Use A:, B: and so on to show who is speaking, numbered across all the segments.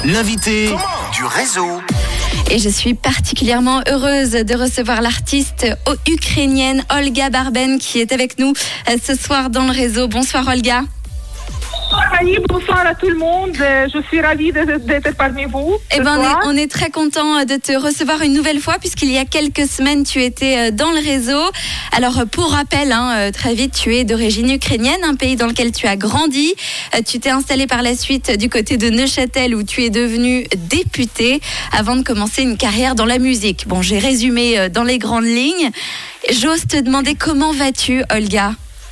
A: L'invité du réseau.
B: Et je suis particulièrement heureuse de recevoir l'artiste ukrainienne Olga Barben qui est avec nous ce soir dans le réseau. Bonsoir Olga.
C: Bonsoir à tout le monde. Je suis ravie d'être parmi vous.
B: On est très content de te recevoir une nouvelle fois puisqu'il y a quelques semaines tu étais dans le réseau. Alors pour rappel, très vite, tu es d'origine ukrainienne, un pays dans lequel tu as grandi. Tu t'es installée par la suite du côté de Neuchâtel où tu es devenue députée avant de commencer une carrière dans la musique. Bon, j'ai résumé dans les grandes lignes. J'ose te demander comment vas-tu, Olga ?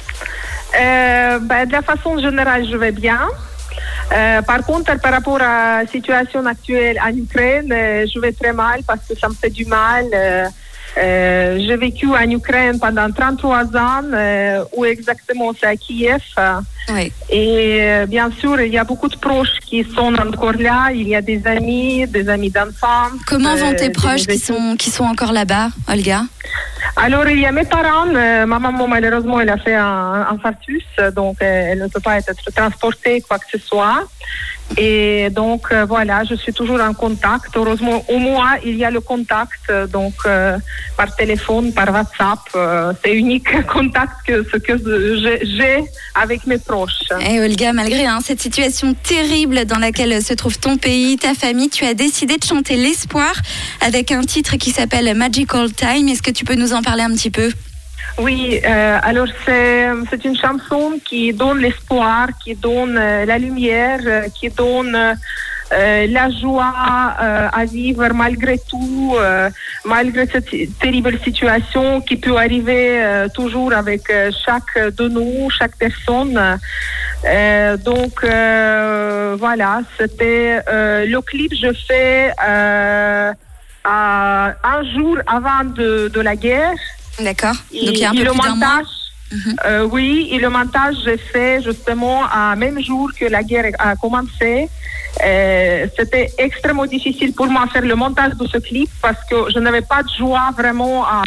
C: De la façon générale, je vais bien. Par contre, par rapport à la situation actuelle en Ukraine, je vais très mal parce que ça me fait du mal. J'ai vécu en Ukraine pendant 33 ans, où exactement c'est à Kiev.
B: Oui.
C: Et bien sûr, il y a beaucoup de proches qui sont encore là. Il y a des amis d'enfants.
B: Comment vont tes proches qui sont encore là-bas, Olga ?
C: Alors, il y a mes parents. Ma maman, malheureusement, elle a fait un infarctus, donc elle ne peut pas être transportée, quoi que ce soit. Et donc, voilà, je suis toujours en contact. Heureusement, au moins, il y a le contact, donc par téléphone, par WhatsApp. C'est unique contact que j'ai avec mes proches.
B: Et Olga, malgré cette situation terrible dans laquelle se trouve ton pays, ta famille, tu as décidé de chanter l'espoir avec un titre qui s'appelle Magical Time. Est-ce que tu peux nous en parler un petit peu ?
C: Oui, alors c'est une chanson qui donne l'espoir, qui donne la lumière, qui donne la joie à vivre malgré tout, malgré cette terrible situation qui peut arriver toujours avec chaque de nous, chaque personne. Donc voilà, c'était le clip je fais un jour avant de la guerre.
B: D'accord. Donc il y a un peu plus d'un mois.
C: Oui, et le montage j'ai fait justement à même jour que la guerre a commencé. C'était extrêmement difficile pour moi de faire le montage de ce clip parce que je n'avais pas de joie vraiment à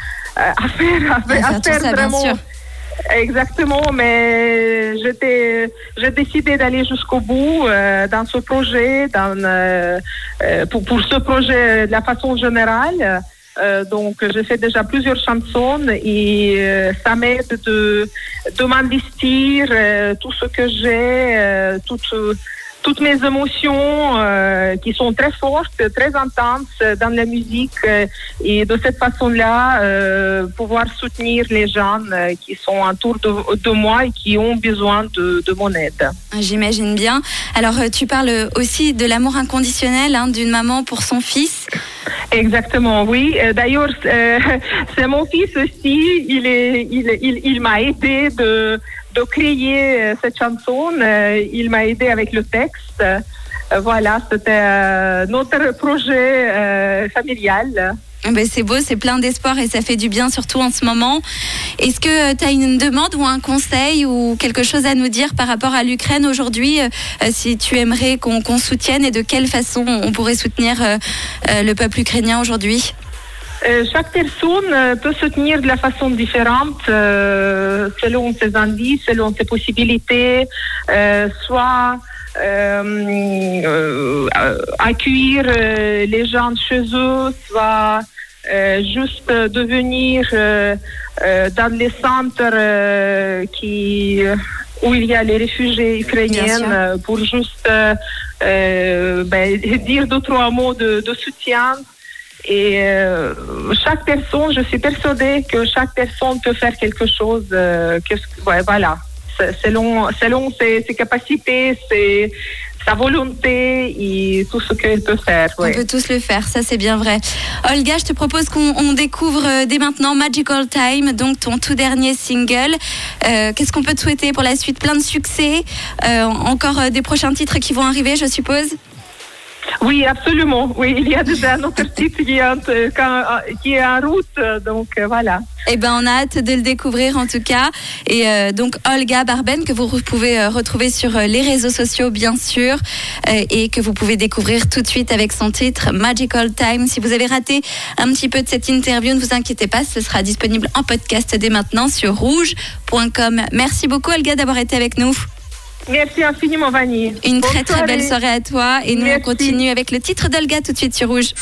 C: faire
B: ça,
C: vraiment.
B: bien sûr.
C: Exactement, mais j'ai décidé d'aller jusqu'au bout dans ce projet, pour ce projet de la façon générale. Donc, j'ai fait déjà plusieurs chansons et ça m'aide de m'investir tout ce que j'ai, toutes mes émotions qui sont très fortes, très intenses dans la musique et de cette façon-là, pouvoir soutenir les gens qui sont autour de moi et qui ont besoin de mon aide.
B: J'imagine bien. Alors, tu parles aussi de l'amour inconditionnel d'une maman pour son fils.
C: Exactement, oui. D'ailleurs, c'est mon fils aussi. Il m'a aidé de créer cette chanson. Il m'a aidé avec le texte. Voilà, c'était notre projet familial.
B: C'est beau, c'est plein d'espoir et ça fait du bien, surtout en ce moment. Est-ce que tu as une demande ou un conseil ou quelque chose à nous dire par rapport à l'Ukraine aujourd'hui, si tu aimerais qu'on soutienne et de quelle façon on pourrait soutenir le peuple ukrainien aujourd'hui ?
C: Chaque personne peut soutenir de la façon différente, selon ses envies, selon ses possibilités, soit accueillir les gens chez eux, soit juste devenir dans les centres où il y a les réfugiés ukrainiens pour juste dire 2-3 mots de soutien. Et chaque personne, je suis persuadée que chaque personne peut faire quelque chose, voilà, selon ses capacités, sa volonté et tout ce qu'elle peut faire.
B: On peut tous le faire, ça c'est bien vrai. Olga, je te propose qu'on découvre dès maintenant Magical Time, donc ton tout dernier single. Qu'est-ce qu'on peut te souhaiter pour la suite ? Plein de succès, encore des prochains titres qui vont arriver, je suppose ?
C: Oui, absolument. Oui, il y a déjà notre titre qui est en route, donc voilà.
B: On a hâte de le découvrir en tout cas. Et donc Olga Barben que vous pouvez retrouver sur les réseaux sociaux bien sûr et que vous pouvez découvrir tout de suite avec son titre Magical Time. Si vous avez raté un petit peu de cette interview, ne vous inquiétez pas, ce sera disponible en podcast dès maintenant sur rouge.com. Merci beaucoup Olga d'avoir été avec nous.
C: Merci infiniment, Vanny.
B: Une
C: Bonne
B: très très belle soirée à toi. Et nous, on
C: Merci.
B: continue avec le titre d'Olga tout de suite sur Rouge.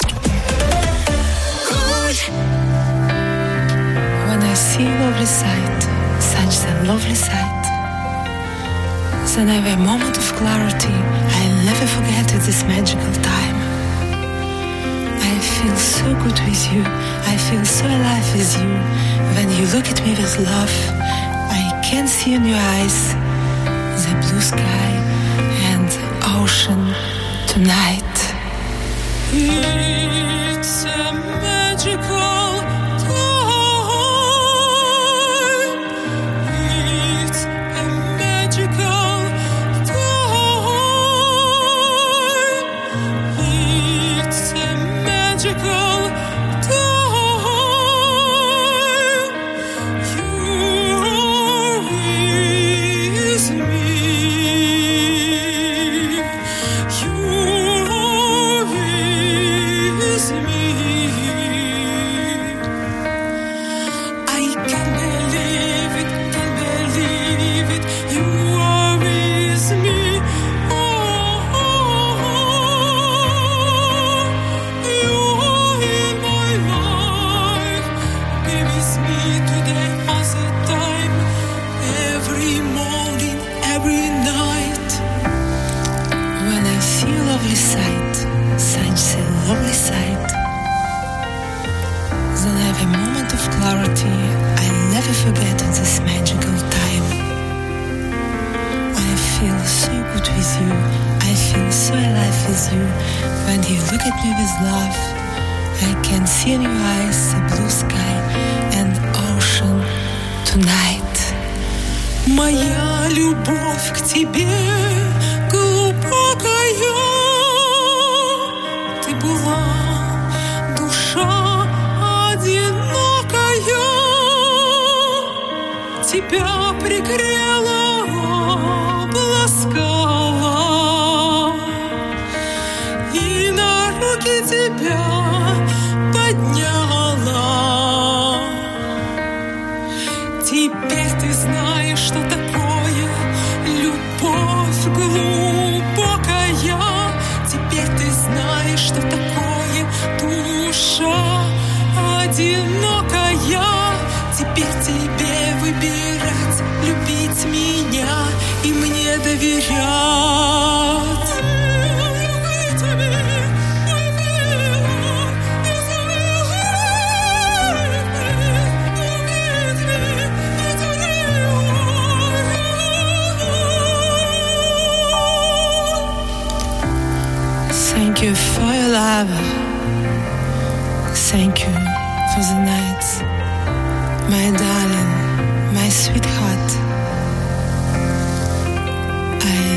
D: When I see lovely sight, such a lovely sight, then I have a moment of clarity. I'll never forget this magical time. I feel so good with you. I feel so alive with you. When you look at me with love, I can see in your eyes the blue sky and the ocean tonight. It's a magical time. It's a magical time. It's a magical time. You're with me. You're with me. I can't believe it, can't believe it. You are with me. Oh, you are in my life. Be with me today all the time, every morning, every night. When I see a lovely sight, such a lovely sight, then I have a moment of clarity. I'll never forget this magical time. I feel so good with you. I feel so alive with you. When you look at me with love, I can see in your eyes the blue sky and ocean tonight. Моя любовь к тебе глубокая. Ты была душа одинокая. Тебя пригрела, обласкала, и на руки тебя подняла. Теперь ты знаешь, что такое любовь глубокая. Теперь ты знаешь, что такое душа одинокая. Теперь тебе выбирать, любить меня и мне доверять. Thank you for your love. Thank you for the nights, my darling, my sweetheart. I